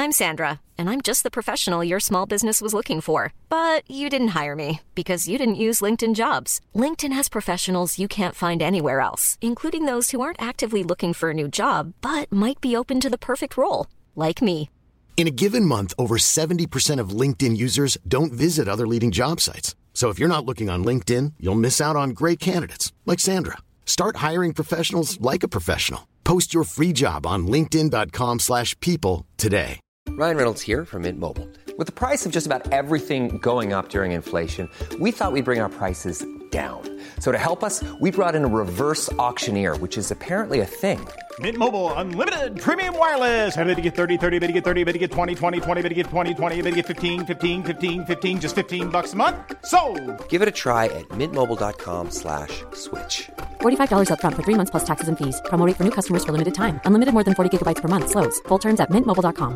I'm Sandra, and I'm just the professional your small business was looking for. But you didn't hire me because you didn't use LinkedIn Jobs. LinkedIn has professionals you can't find anywhere else, including those who aren't actively looking for a new job, but might be open to the perfect role, like me. In a given month, over 70% of LinkedIn users don't visit other leading job sites. So if you're not looking on LinkedIn, you'll miss out on great candidates like Sandra. Start hiring professionals like a professional. Post your free job on linkedin.com/people today. Ryan Reynolds here from Mint Mobile. With the price of just about everything going up during inflation, we thought we'd bring our prices down. So to help us, we brought in a reverse auctioneer, which is apparently a thing. Mint Mobile Unlimited Premium Wireless. How to get 30, 30, how to get 30, how to get 20, 20, 20, how to get 20, 20, how to get 15, 15, 15, 15, just $15 a month? Sold! Give it a try at mintmobile.com/switch. $45 up front for 3 months plus taxes and fees. Promo rate for new customers for limited time. Unlimited more than 40 gigabytes per month. Slows full terms at mintmobile.com.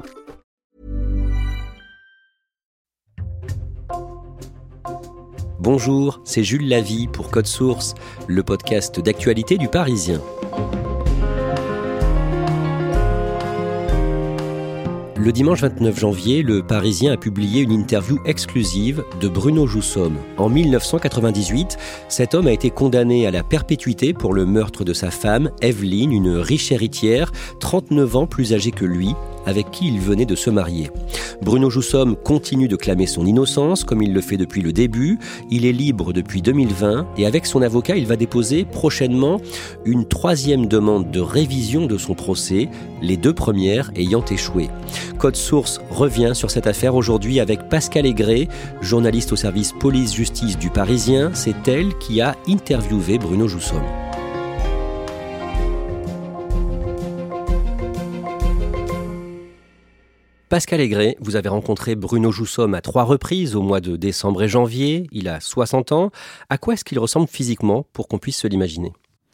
Bonjour, c'est Jules Lavie pour Code Source, le podcast d'actualité du Parisien. Le dimanche 29 janvier, le Parisien a publié une interview exclusive de Bruno Joussomme. En 1998, cet homme a été condamné à la perpétuité pour le meurtre de sa femme, Evelyne, une riche héritière, 39 ans plus âgée que lui, avec qui il venait de se marier. Bruno Joussomme continue de clamer son innocence, comme il le fait depuis le début. Il est libre depuis 2020 et avec son avocat, il va déposer prochainement une 3e demande de révision de son procès, les 2 premières ayant échoué. Code Source revient sur cette affaire aujourd'hui avec Pascal Aigret, journaliste au service police-justice du Parisien. C'est elle qui a interviewé Bruno Joussomme. Pascal Aigret, vous avez rencontré Bruno Joussomme à 3 reprises au mois de décembre et janvier. Il a 60 ans. À quoi est-ce qu'il ressemble physiquement pour qu'on puisse se l'imaginer ?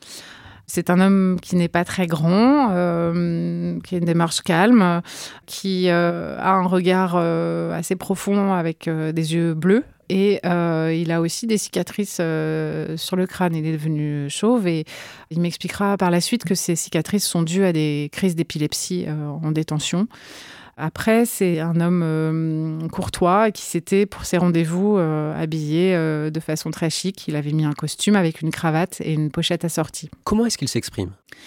C'est un homme qui n'est pas très grand, qui a une démarche calme, qui a un regard assez profond avec des yeux bleus. Et il a aussi des cicatrices sur le crâne. Il est devenu chauve et il m'expliquera par la suite que ces cicatrices sont dues à des crises d'épilepsie en détention. Après, c'est un homme courtois qui s'était, pour ses rendez-vous, habillé de façon très chic. Il avait mis un costume avec une cravate et une pochette assortie. Comment est-ce qu'il s'exprime ?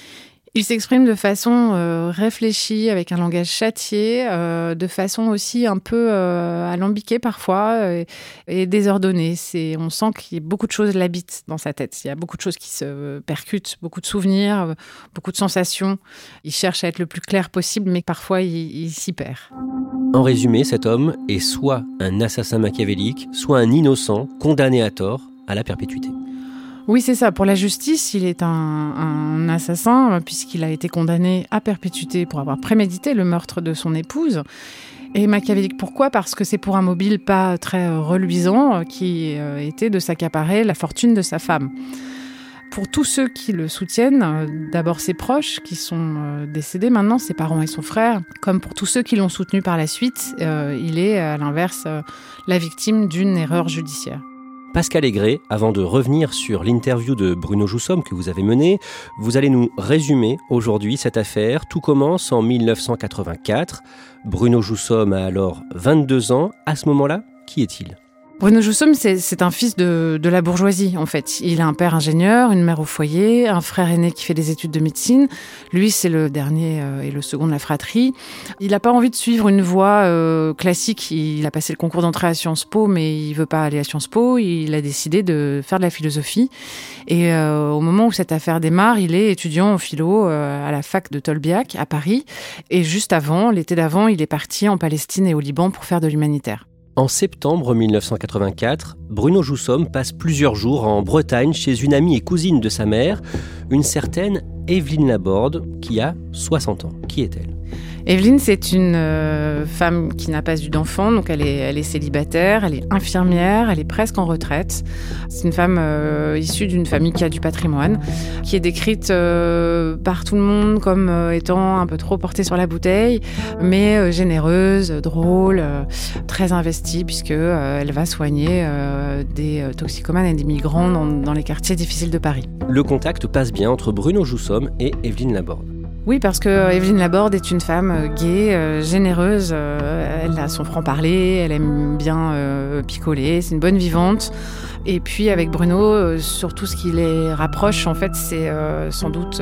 Il s'exprime de façon réfléchie, avec un langage châtié, de façon aussi un peu alambiquée parfois et désordonnée. On sent qu'il y a beaucoup de choses l'habitent dans sa tête. Il y a beaucoup de choses qui se percutent, beaucoup de souvenirs, beaucoup de sensations. Il cherche à être le plus clair possible, mais parfois il s'y perd. En résumé, cet homme est soit un assassin machiavélique, soit un innocent condamné à tort à la perpétuité. Oui, c'est ça. Pour la justice, il est un assassin puisqu'il a été condamné à perpétuité pour avoir prémédité le meurtre de son épouse. Et machiavélique, pourquoi ? Parce que c'est pour un mobile pas très reluisant qui était de s'accaparer la fortune de sa femme. Pour tous ceux qui le soutiennent, d'abord ses proches qui sont décédés maintenant, ses parents et son frère, comme pour tous ceux qui l'ont soutenu par la suite, il est à l'inverse la victime d'une erreur judiciaire. Pascal Aigret, avant de revenir sur l'interview de Bruno Joussomme que vous avez menée, vous allez nous résumer aujourd'hui cette affaire. Tout commence en 1984. Bruno Joussomme a alors 22 ans. À ce moment-là, qui est-il ? Bruno Joussomme, c'est un fils de la bourgeoisie, en fait. Il a un père ingénieur, une mère au foyer, un frère aîné qui fait des études de médecine. Lui, c'est le dernier et le second de la fratrie. Il n'a pas envie de suivre une voie classique. Il a passé le concours d'entrée à Sciences Po, mais il ne veut pas aller à Sciences Po. Il a décidé de faire de la philosophie. Et au moment où cette affaire démarre, il est étudiant en philo à la fac de Tolbiac, à Paris. Et juste avant, l'été d'avant, il est parti en Palestine et au Liban pour faire de l'humanitaire. En septembre 1984, Bruno Joussomme passe plusieurs jours en Bretagne chez une amie et cousine de sa mère, une certaine Evelyne Laborde, qui a 60 ans. Qui est-elle ? Evelyne, c'est une femme qui n'a pas eu d'enfant, donc elle est célibataire, elle est infirmière, elle est presque en retraite. C'est une femme issue d'une famille qui a du patrimoine, qui est décrite par tout le monde comme étant un peu trop portée sur la bouteille, mais généreuse, drôle, très investie, puisqu'elle va soigner des toxicomanes et des migrants dans les quartiers difficiles de Paris. Le contact passe bien entre Bruno Joussomme et Evelyne Laborde. Oui, parce que Évelyne Laborde est une femme gaie, généreuse. Elle a son franc-parler, elle aime bien picoler, c'est une bonne vivante. Et puis avec Bruno, surtout ce qui les rapproche, en fait, c'est sans doute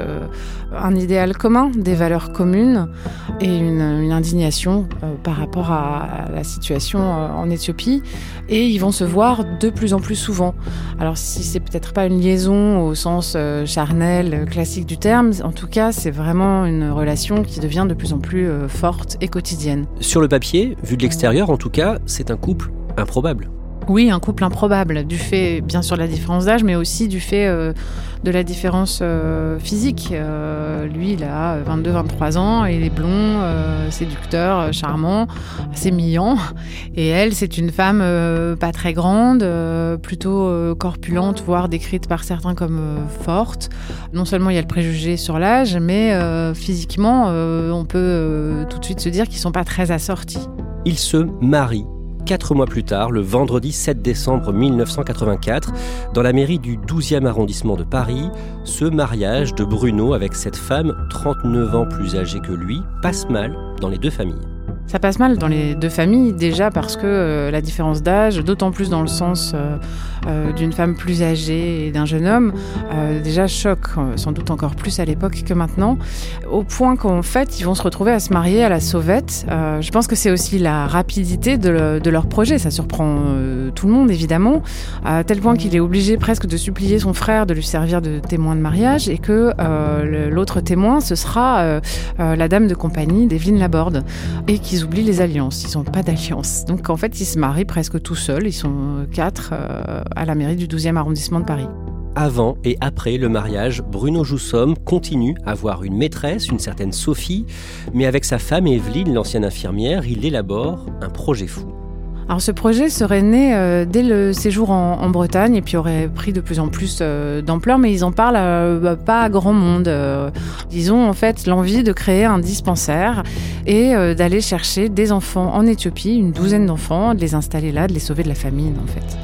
un idéal commun, des valeurs communes et une indignation par rapport à la situation en Éthiopie. Et ils vont se voir de plus en plus souvent. Alors si c'est peut-être pas une liaison au sens charnel, classique du terme, en tout cas, c'est vraiment une relation qui devient de plus en plus forte et quotidienne. Sur le papier, vu de l'extérieur en tout cas, c'est un couple improbable. Oui, un couple improbable, du fait bien sûr de la différence d'âge, mais aussi du fait de la différence physique. Lui, il a 22-23 ans, et il est blond, séducteur, charmant, assez mignon. Et elle, c'est une femme pas très grande, plutôt corpulente, voire décrite par certains comme forte. Non seulement il y a le préjugé sur l'âge, mais physiquement, on peut tout de suite se dire qu'ils ne sont pas très assortis. Ils se marient 4 mois plus tard, le vendredi 7 décembre 1984, dans la mairie du 12e arrondissement de Paris. Ce mariage de Bruno avec cette femme, 39 ans plus âgée que lui, passe mal dans les deux familles. Ça passe mal dans les deux familles, déjà parce que la différence d'âge, d'autant plus dans le sens d'une femme plus âgée et d'un jeune homme, déjà choque, sans doute encore plus à l'époque que maintenant, au point qu'en fait, ils vont se retrouver à se marier à la sauvette. Je pense que c'est aussi la rapidité de leur projet, ça surprend tout le monde évidemment, à tel point qu'il est obligé presque de supplier son frère de lui servir de témoin de mariage, et que l'autre témoin, ce sera la dame de compagnie d'Évelyne Laborde, et qu'ils oublient les alliances, ils n'ont pas d'alliance. Donc en fait, ils se marient presque tout seuls, ils sont 4 à la mairie du 12e arrondissement de Paris. Avant et après le mariage, Bruno Joussomme continue à avoir une maîtresse, une certaine Sophie, mais avec sa femme Évelyne, l'ancienne infirmière, il élabore un projet fou. Alors ce projet serait né dès le séjour en Bretagne, et puis aurait pris de plus en plus d'ampleur, mais ils en parlent pas à grand monde. Ils ont en fait l'envie de créer un dispensaire et d'aller chercher des enfants en Éthiopie, une douzaine d'enfants, de les installer là, de les sauver de la famine en fait.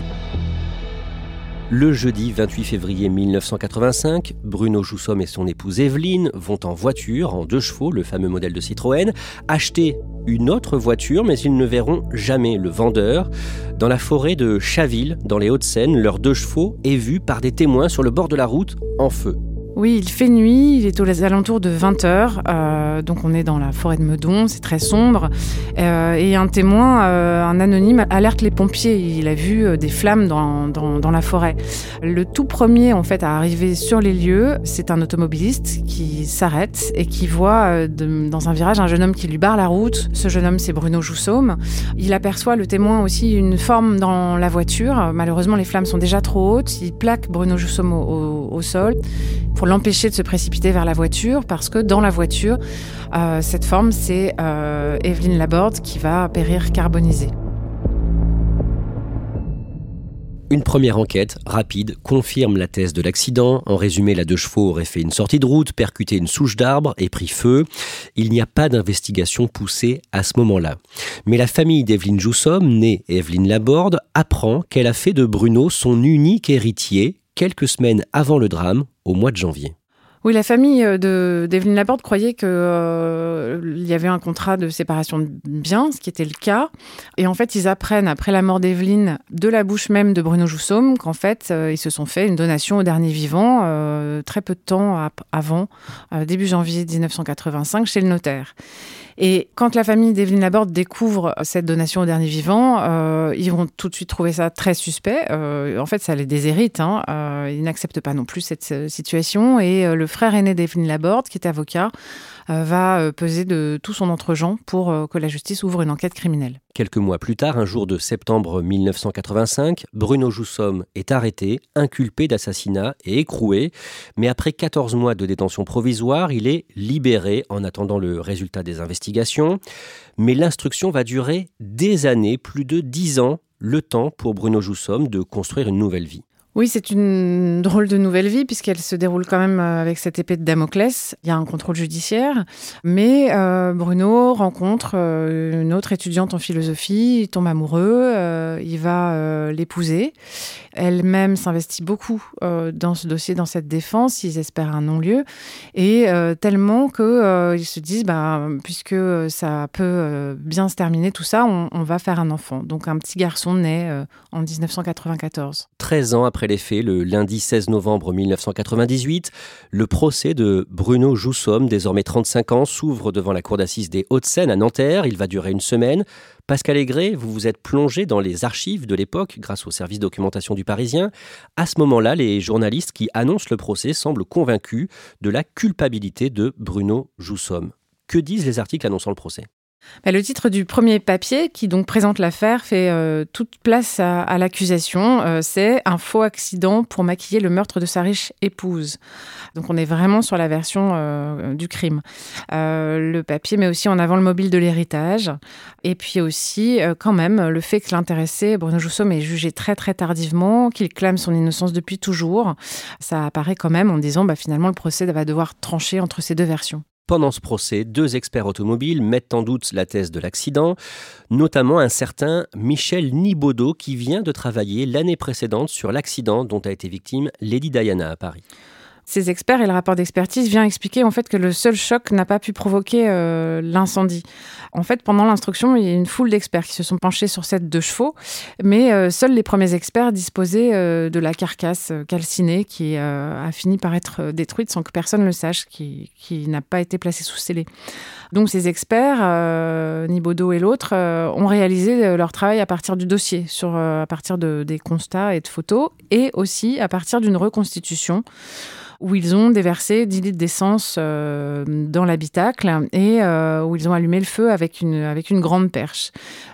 Le jeudi 28 février 1985, Bruno Joussomme et son épouse Évelyne vont en voiture, en 2 chevaux, le fameux modèle de Citroën, acheter une autre voiture, mais ils ne verront jamais le vendeur. Dans la forêt de Chaville, dans les Hauts-de-Seine, leur 2 chevaux est vu par des témoins sur le bord de la route, en feu. Oui, il fait nuit, il est aux alentours de 20h, donc on est dans la forêt de Meudon, c'est très sombre, et un témoin, un anonyme, alerte les pompiers, il a vu des flammes dans la forêt. Le tout premier en fait à arriver sur les lieux, c'est un automobiliste qui s'arrête et qui voit dans un virage un jeune homme qui lui barre la route. Ce jeune homme, c'est Bruno Joussomme. Il aperçoit, le témoin aussi, une forme dans la voiture. Malheureusement, les flammes sont déjà trop hautes. Il plaque Bruno Joussomme au sol pour l'empêcher de se précipiter vers la voiture, parce que dans la voiture, cette forme, c'est Évelyne Laborde qui va périr carbonisée. Une première enquête rapide confirme la thèse de l'accident. En résumé, la 2 chevaux aurait fait une sortie de route, percuté une souche d'arbre et pris feu. Il n'y a pas d'investigation poussée à ce moment-là. Mais la famille d'Évelyne Joussomme, née Évelyne Laborde, apprend qu'elle a fait de Bruno son unique héritier quelques semaines avant le drame, au mois de janvier. Oui, la famille d'Évelyne Laborde croyait qu'il y avait un contrat de séparation de biens, ce qui était le cas. Et en fait, ils apprennent, après la mort d'Évelyne, de la bouche même de Bruno Joussomme, qu'en fait, ils se sont fait une donation au dernier vivant, très peu de temps avant, début janvier 1985, chez le notaire. Et quand la famille d'Évelyne Laborde découvre cette donation au dernier vivant, ils vont tout de suite trouver ça très suspect. En fait, ça les déshérite. Ils n'acceptent pas non plus cette situation. Et le frère aîné d'Évelyne Laborde, qui est avocat, va peser de tout son entre-gens pour que la justice ouvre une enquête criminelle. Quelques mois plus tard, un jour de septembre 1985, Bruno Joussomme est arrêté, inculpé d'assassinat et écroué. Mais après 14 mois de détention provisoire, il est libéré en attendant le résultat des investigations. Mais l'instruction va durer des années, plus de 10 ans, le temps pour Bruno Joussomme de construire une nouvelle vie. Oui, c'est une drôle de nouvelle vie puisqu'elle se déroule quand même avec cette épée de Damoclès. Il y a un contrôle judiciaire, mais Bruno rencontre une autre étudiante en philosophie, il tombe amoureux, il va l'épouser. Elle-même s'investit beaucoup dans ce dossier, dans cette défense. Ils espèrent un non-lieu et tellement qu'ils se disent, puisque ça peut bien se terminer tout ça, on va faire un enfant. Donc un petit garçon naît en 1994. 13 ans après les faits, le lundi 16 novembre 1998, le procès de Bruno Joussomme, désormais 35 ans, s'ouvre devant la cour d'assises des Hauts-de-Seine à Nanterre. Il va durer une semaine. Pascal Aigret, vous vous êtes plongé dans les archives de l'époque grâce au service documentation du Parisien. À ce moment-là, les journalistes qui annoncent le procès semblent convaincus de la culpabilité de Bruno Joussomme. Que disent les articles annonçant le procès ? Le titre du premier papier, qui donc présente l'affaire, fait toute place à l'accusation. C'est un faux accident pour maquiller le meurtre de sa riche épouse. Donc on est vraiment sur la version du crime. Le papier met aussi en avant le mobile de l'héritage. Et puis aussi, quand même, le fait que l'intéressé, Bruno Joussomme, est jugé très très tardivement, qu'il clame son innocence depuis toujours. Ça apparaît quand même en disant, finalement, le procès va devoir trancher entre ces deux versions. Pendant ce procès, 2 experts automobiles mettent en doute la thèse de l'accident, notamment un certain Michel Nibaudot qui vient de travailler l'année précédente sur l'accident dont a été victime Lady Diana à Paris. Ces experts et le rapport d'expertise vient expliquer en fait que le seul choc n'a pas pu provoquer l'incendie. En fait, pendant l'instruction, il y a une foule d'experts qui se sont penchés sur cette 2 chevaux, mais seuls les premiers experts disposaient de la carcasse calcinée qui a fini par être détruite sans que personne ne le sache, qui n'a pas été placée sous scellé. Donc ces experts, Nibaudot et l'autre, ont réalisé leur travail à partir du dossier, à partir des constats et de photos, et aussi à partir d'une reconstitution où ils ont déversé 10 litres d'essence dans l'habitacle et où ils ont allumé le feu avec une grande perche.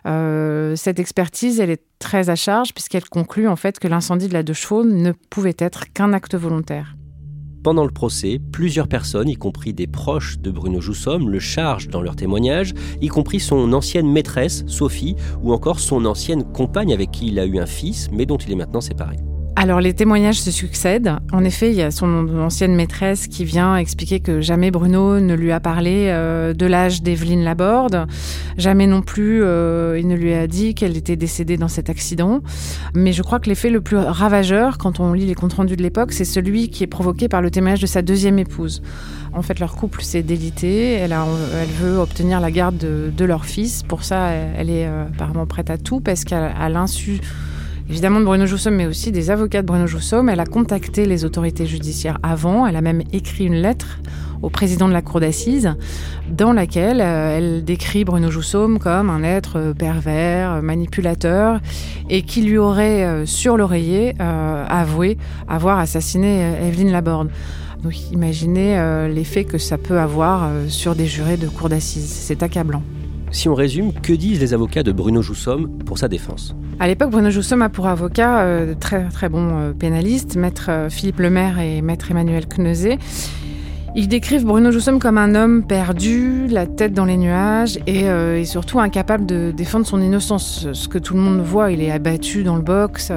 Cette expertise, elle est très à charge puisqu'elle conclut en fait que l'incendie de la 2 chevaux ne pouvait être qu'un acte volontaire. Pendant le procès, plusieurs personnes, y compris des proches de Bruno Joussomme, le chargent dans leurs témoignages, y compris son ancienne maîtresse, Sophie, ou encore son ancienne compagne avec qui il a eu un fils, mais dont il est maintenant séparé. Alors, les témoignages se succèdent. En effet, il y a son ancienne maîtresse qui vient expliquer que jamais Bruno ne lui a parlé de l'âge d'Evelyne Laborde. Jamais non plus, il ne lui a dit qu'elle était décédée dans cet accident. Mais je crois que l'effet le plus ravageur, quand on lit les comptes rendus de l'époque, c'est celui qui est provoqué par le témoignage de sa 2e épouse. En fait, leur couple s'est délité. Elle veut obtenir la garde de leur fils. Pour ça, elle est apparemment prête à tout, parce qu'à l'insu évidemment de Bruno Joussomme, mais aussi des avocats de Bruno Joussomme. Elle a contacté les autorités judiciaires avant. Elle a même écrit une lettre au président de la cour d'assises dans laquelle elle décrit Bruno Joussomme comme un être pervers, manipulateur et qui lui aurait, sur l'oreiller, avoué avoir assassiné Evelyne Laborde. Donc imaginez l'effet que ça peut avoir sur des jurés de cour d'assises. C'est accablant. Si on résume, que disent les avocats de Bruno Joussomme pour sa défense ? À l'époque, Bruno Joussomme a pour avocat très très bons pénalistes, maître Philippe Lemaire et maître Emmanuel Kneuzé. Ils décrivent Bruno Joussomme comme un homme perdu, la tête dans les nuages et surtout incapable de défendre son innocence. Ce que tout le monde voit, il est abattu dans le box,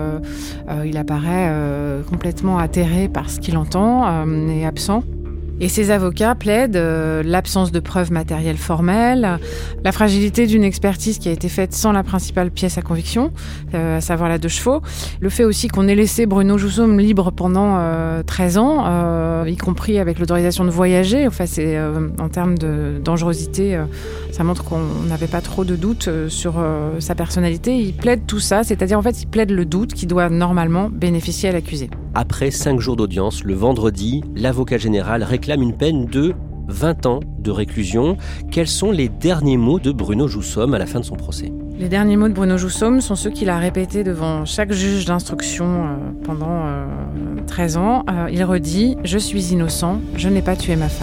il apparaît complètement atterré par ce qu'il entend et absent. Et ces avocats plaident l'absence de preuves matérielles formelles, la fragilité d'une expertise qui a été faite sans la principale pièce à conviction, à savoir la 2 chevaux, le fait aussi qu'on ait laissé Bruno Joussomme libre pendant 13 ans, y compris avec l'autorisation de voyager. Enfin, c'est, en termes de dangerosité, ça montre qu'on n'avait pas trop de doutes sur sa personnalité. Il plaide tout ça, c'est-à-dire en fait, il plaide le doute qui doit normalement bénéficier à l'accusé. Après 5 jours d'audience, le vendredi, l'avocat général réclame une peine de 20 ans de réclusion. Quels sont les derniers mots de Bruno Joussomme à la fin de son procès ? Les derniers mots de Bruno Joussomme sont ceux qu'il a répétés devant chaque juge d'instruction pendant 13 ans. Il redit « Je suis innocent, je n'ai pas tué ma femme ».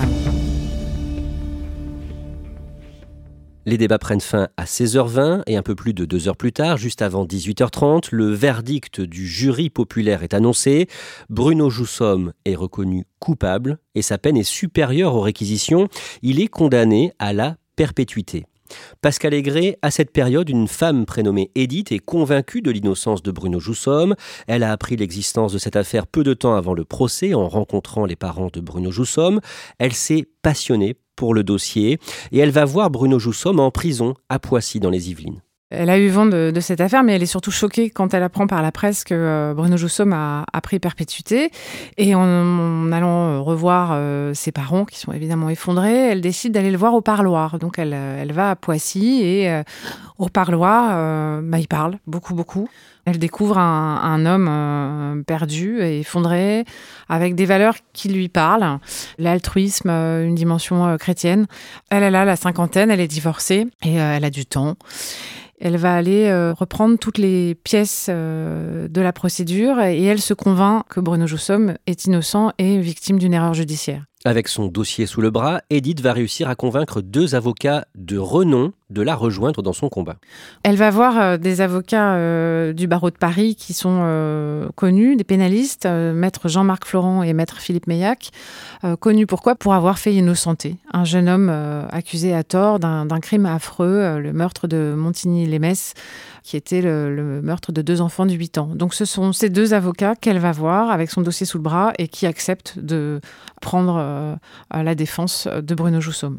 Les débats prennent fin à 16h20 et un peu plus de 2 heures plus tard, juste avant 18h30, le verdict du jury populaire est annoncé. Bruno Joussomme est reconnu coupable et sa peine est supérieure aux réquisitions. Il est condamné à la perpétuité. Pascal Aigret, à cette période, une femme prénommée Edith est convaincue de l'innocence de Bruno Joussomme. Elle a appris l'existence de cette affaire peu de temps avant le procès en rencontrant les parents de Bruno Joussomme. Elle s'est passionnée pour le dossier et elle va voir Bruno Joussomme en prison à Poissy dans les Yvelines. Elle a eu vent de cette affaire, mais elle est surtout choquée quand elle apprend par la presse que Bruno Joussomme a pris perpétuité. Et en allant revoir ses parents, qui sont évidemment effondrés, elle décide d'aller le voir au parloir. Donc elle va à Poissy et au parloir, il parle beaucoup. Elle découvre un homme perdu et effondré, avec des valeurs qui lui parlent. L'altruisme, une dimension chrétienne. Elle a la cinquantaine, elle est divorcée et elle a du temps. Elle va aller reprendre toutes les pièces de la procédure et elle se convainc que Bruno Joussomme est innocent et victime d'une erreur judiciaire. Avec son dossier sous le bras, Edith va réussir à convaincre 2 avocats de renom de la rejoindre dans son combat. Elle va voir des avocats du barreau de Paris qui sont connus, des pénalistes, maître Jean-Marc Florent et maître Philippe Meillac. Connus pourquoi ? Pour avoir fait innocenter un jeune homme accusé à tort d'un crime affreux, le meurtre de Montigny-lès-Metz, qui était le meurtre de 2 enfants de 8 ans. Donc ce sont ces 2 avocats qu'elle va voir avec son dossier sous le bras et qui acceptent de prendre la défense de Bruno Joussomme.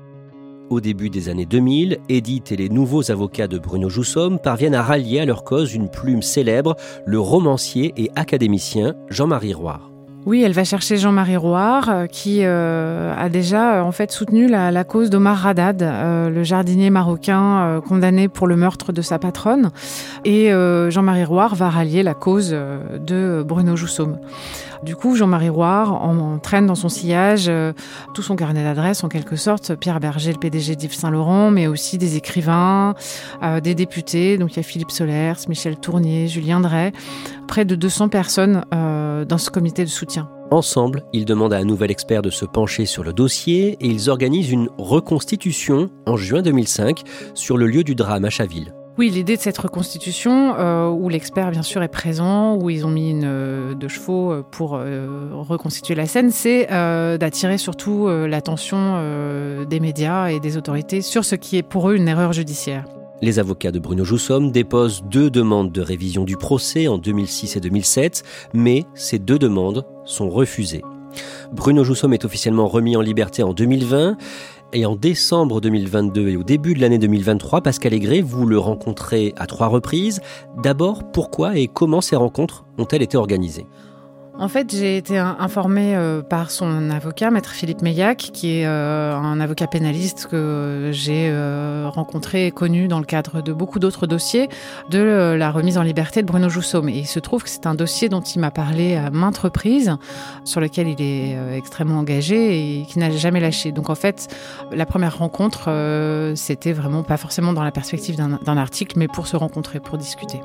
Au début des années 2000, Edith et les nouveaux avocats de Bruno Joussomme parviennent à rallier à leur cause une plume célèbre, le romancier et académicien Jean-Marie Roire. Oui, elle va chercher Jean-Marie Roire, qui a déjà en fait soutenu la cause d'Omar Haddad, le jardinier marocain condamné pour le meurtre de sa patronne. Et Jean-Marie Roire va rallier la cause de Bruno Joussomme. Du coup, Jean-Marie Roire entraîne dans son sillage tout son carnet d'adresses, en quelque sorte. Pierre Berger, le PDG d'Yves Saint-Laurent, mais aussi des écrivains, des députés. Donc il y a Philippe Solers, Michel Tournier, Julien Drey. Près de 200 personnes dans ce comité de soutien. Ensemble, ils demandent à un nouvel expert de se pencher sur le dossier et ils organisent une reconstitution en juin 2005 sur le lieu du drame à Chaville. Oui, l'idée de cette reconstitution, où l'expert bien sûr est présent, où ils ont mis une 2 chevaux pour reconstituer la scène, c'est d'attirer surtout l'attention des médias et des autorités sur ce qui est pour eux une erreur judiciaire. Les avocats de Bruno Joussomme déposent 2 demandes de révision du procès en 2006 et 2007, mais ces 2 demandes sont refusées. Bruno Joussomme est officiellement remis en liberté en 2020 et en décembre 2022 et au début de l'année 2023, Pascal Aigret, vous le rencontrez à 3 reprises. D'abord, pourquoi et comment ces rencontres ont-elles été organisées ? En fait, j'ai été informée par son avocat, maître Philippe Meillac, qui est un avocat pénaliste que j'ai rencontré et connu dans le cadre de beaucoup d'autres dossiers, de la remise en liberté de Bruno Joussomme. Et il se trouve que c'est un dossier dont il m'a parlé à maintes reprises, sur lequel il est extrêmement engagé et qui n'a jamais lâché. Donc en fait, la première rencontre, c'était vraiment pas forcément dans la perspective d'un article, mais pour se rencontrer, pour discuter.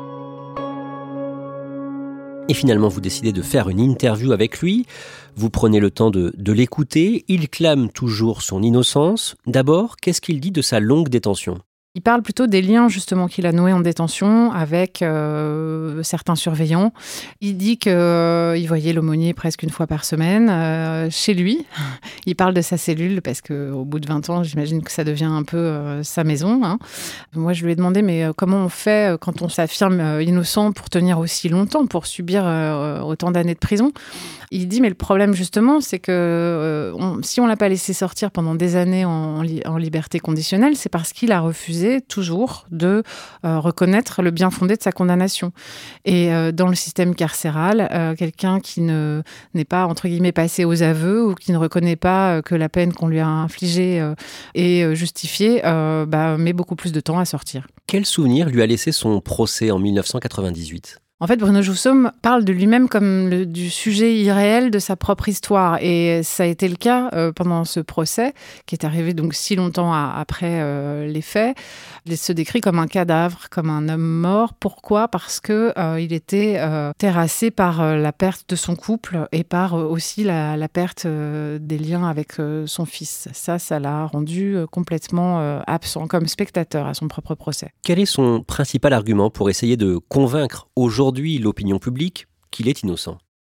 Et finalement, vous décidez de faire une interview avec lui. Vous prenez le temps de l'écouter. Il clame toujours son innocence. D'abord, qu'est-ce qu'il dit de sa longue détention ? Il parle plutôt des liens justement qu'il a noués en détention avec certains surveillants. Il dit qu'il voyait l'aumônier presque une fois par semaine chez lui. Il parle de sa cellule parce qu'au bout de 20 ans, j'imagine que ça devient un peu sa maison. Hein. Moi, je lui ai demandé mais comment on fait quand on s'affirme innocent pour tenir aussi longtemps, pour subir autant d'années de prison ? Il dit mais le problème justement, c'est que si on l'a pas laissé sortir pendant des années en liberté conditionnelle, c'est parce qu'il a refusé toujours de reconnaître le bien fondé de sa condamnation. Et dans le système carcéral, quelqu'un qui n'est pas, entre guillemets, passé aux aveux ou qui ne reconnaît pas que la peine qu'on lui a infligée est justifiée, met beaucoup plus de temps à sortir. Quel souvenir lui a laissé son procès en 1998 ? En fait, Bruno Joussomme parle de lui-même comme du sujet irréel de sa propre histoire. Et ça a été le cas pendant ce procès, qui est arrivé donc si longtemps après les faits. Il se décrit comme un cadavre, comme un homme mort. Pourquoi ? Parce que il était terrassé par la perte de son couple et par aussi la perte des liens avec son fils. Ça l'a rendu complètement absent comme spectateur à son propre procès. Quel est son principal argument pour essayer de convaincre aujourd'hui l'opinion publique qu'il est innocent ?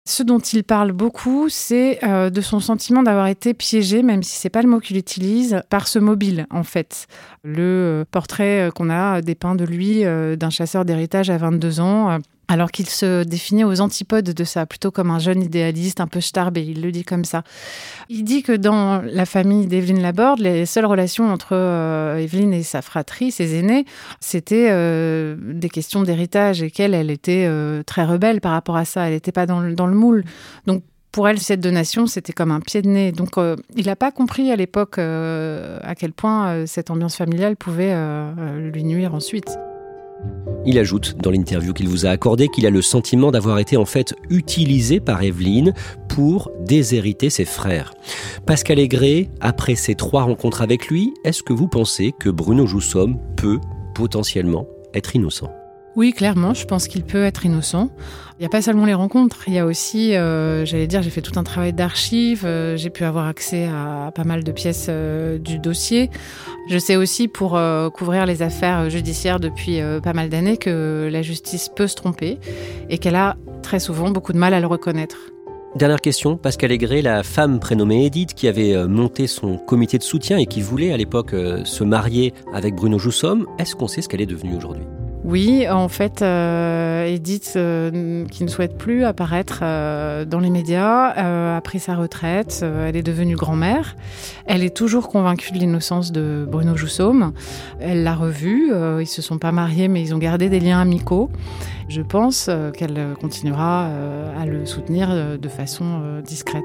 Ce dont il parle beaucoup, c'est de son sentiment d'avoir été piégé, même si c'est pas le mot qu'il utilise, par ce mobile, en fait. Le portrait qu'on a dépeint de lui, d'un chasseur d'héritage à 22 ans, alors qu'il se définit aux antipodes de ça, plutôt comme un jeune idéaliste, un peu starbé, il le dit comme ça. Il dit que dans la famille d'Evelyn Laborde, les seules relations entre Evelyn et sa fratrie, ses aînés, c'était des questions d'héritage et qu'elle était très rebelle par rapport à ça, elle n'était pas dans le moule. Donc, pour elle, cette donation, c'était comme un pied de nez. Donc, il n'a pas compris à l'époque à quel point cette ambiance familiale pouvait lui nuire ensuite. Il ajoute dans l'interview qu'il vous a accordée qu'il a le sentiment d'avoir été en fait utilisé par Evelyn pour déshériter ses frères. Pascal Aigret, après ces 3 rencontres avec lui, est-ce que vous pensez que Bruno Joussomme peut potentiellement être innocent ? Oui, clairement, je pense qu'il peut être innocent. Il n'y a pas seulement les rencontres, il y a aussi, j'ai fait tout un travail d'archives, j'ai pu avoir accès à pas mal de pièces du dossier. Je sais aussi, pour couvrir les affaires judiciaires depuis pas mal d'années, que la justice peut se tromper et qu'elle a très souvent beaucoup de mal à le reconnaître. Dernière question, Pascal Aigret, la femme prénommée Edith qui avait monté son comité de soutien et qui voulait à l'époque se marier avec Bruno Joussomme, est-ce qu'on sait ce qu'elle est devenue aujourd'hui ? Oui, en fait, Edith, qui ne souhaite plus apparaître dans les médias, a pris sa retraite, elle est devenue grand-mère. Elle est toujours convaincue de l'innocence de Bruno Joussomme. Elle l'a revu, ils se sont pas mariés, mais ils ont gardé des liens amicaux. Je pense qu'elle continuera à le soutenir de façon discrète.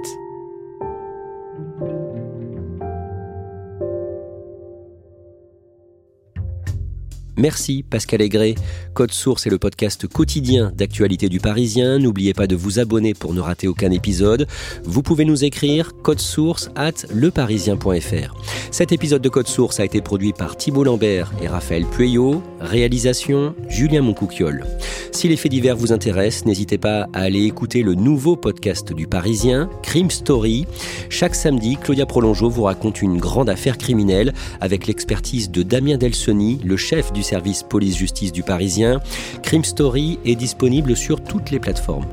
Merci Pascal Aigret. Code Source est le podcast quotidien d'actualité du Parisien. N'oubliez pas de vous abonner pour ne rater aucun épisode. Vous pouvez nous écrire codesource@leparisien.fr. Cet épisode de Code Source a été produit par Thibault Lambert et Raphaël Pueyo. Réalisation, Julien Moncouquiol. Si les faits divers vous intéressent, n'hésitez pas à aller écouter le nouveau podcast du Parisien, Crime Story. Chaque samedi, Claudia Prolongeau vous raconte une grande affaire criminelle avec l'expertise de Damien Delsoni, le chef du service police-justice du Parisien. Crime Story est disponible sur toutes les plateformes.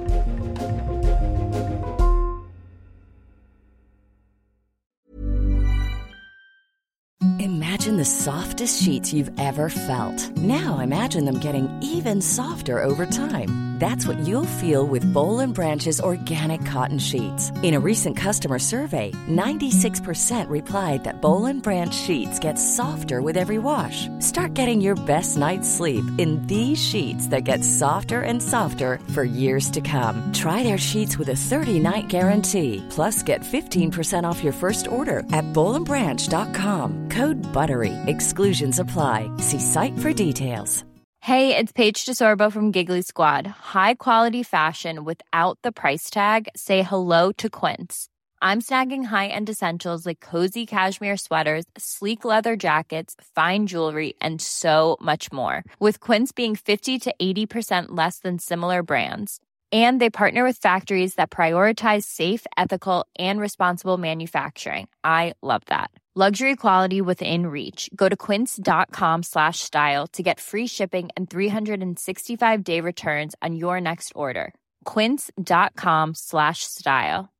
Imagine the softest sheets you've ever felt. Now imagine them getting even softer over time. That's what you'll feel with Boll & Branch's organic cotton sheets. In a recent customer survey, 96% replied that Boll & Branch sheets get softer with every wash. Start getting your best night's sleep in these sheets that get softer and softer for years to come. Try their sheets with a 30-night guarantee. Plus, get 15% off your first order at bollandbranch.com. Code BUTTERY. Exclusions apply. See site for details. Hey, it's Paige DeSorbo from Giggly Squad. High quality fashion without the price tag. Say hello to Quince. I'm snagging high-end essentials like cozy cashmere sweaters, sleek leather jackets, fine jewelry, and so much more. With Quince being 50 to 80% less than similar brands. And they partner with factories that prioritize safe, ethical, and responsible manufacturing. I love that. Luxury quality within reach. Go to quince.com/style to get free shipping and 365-day returns on your next order. Quince.com/style.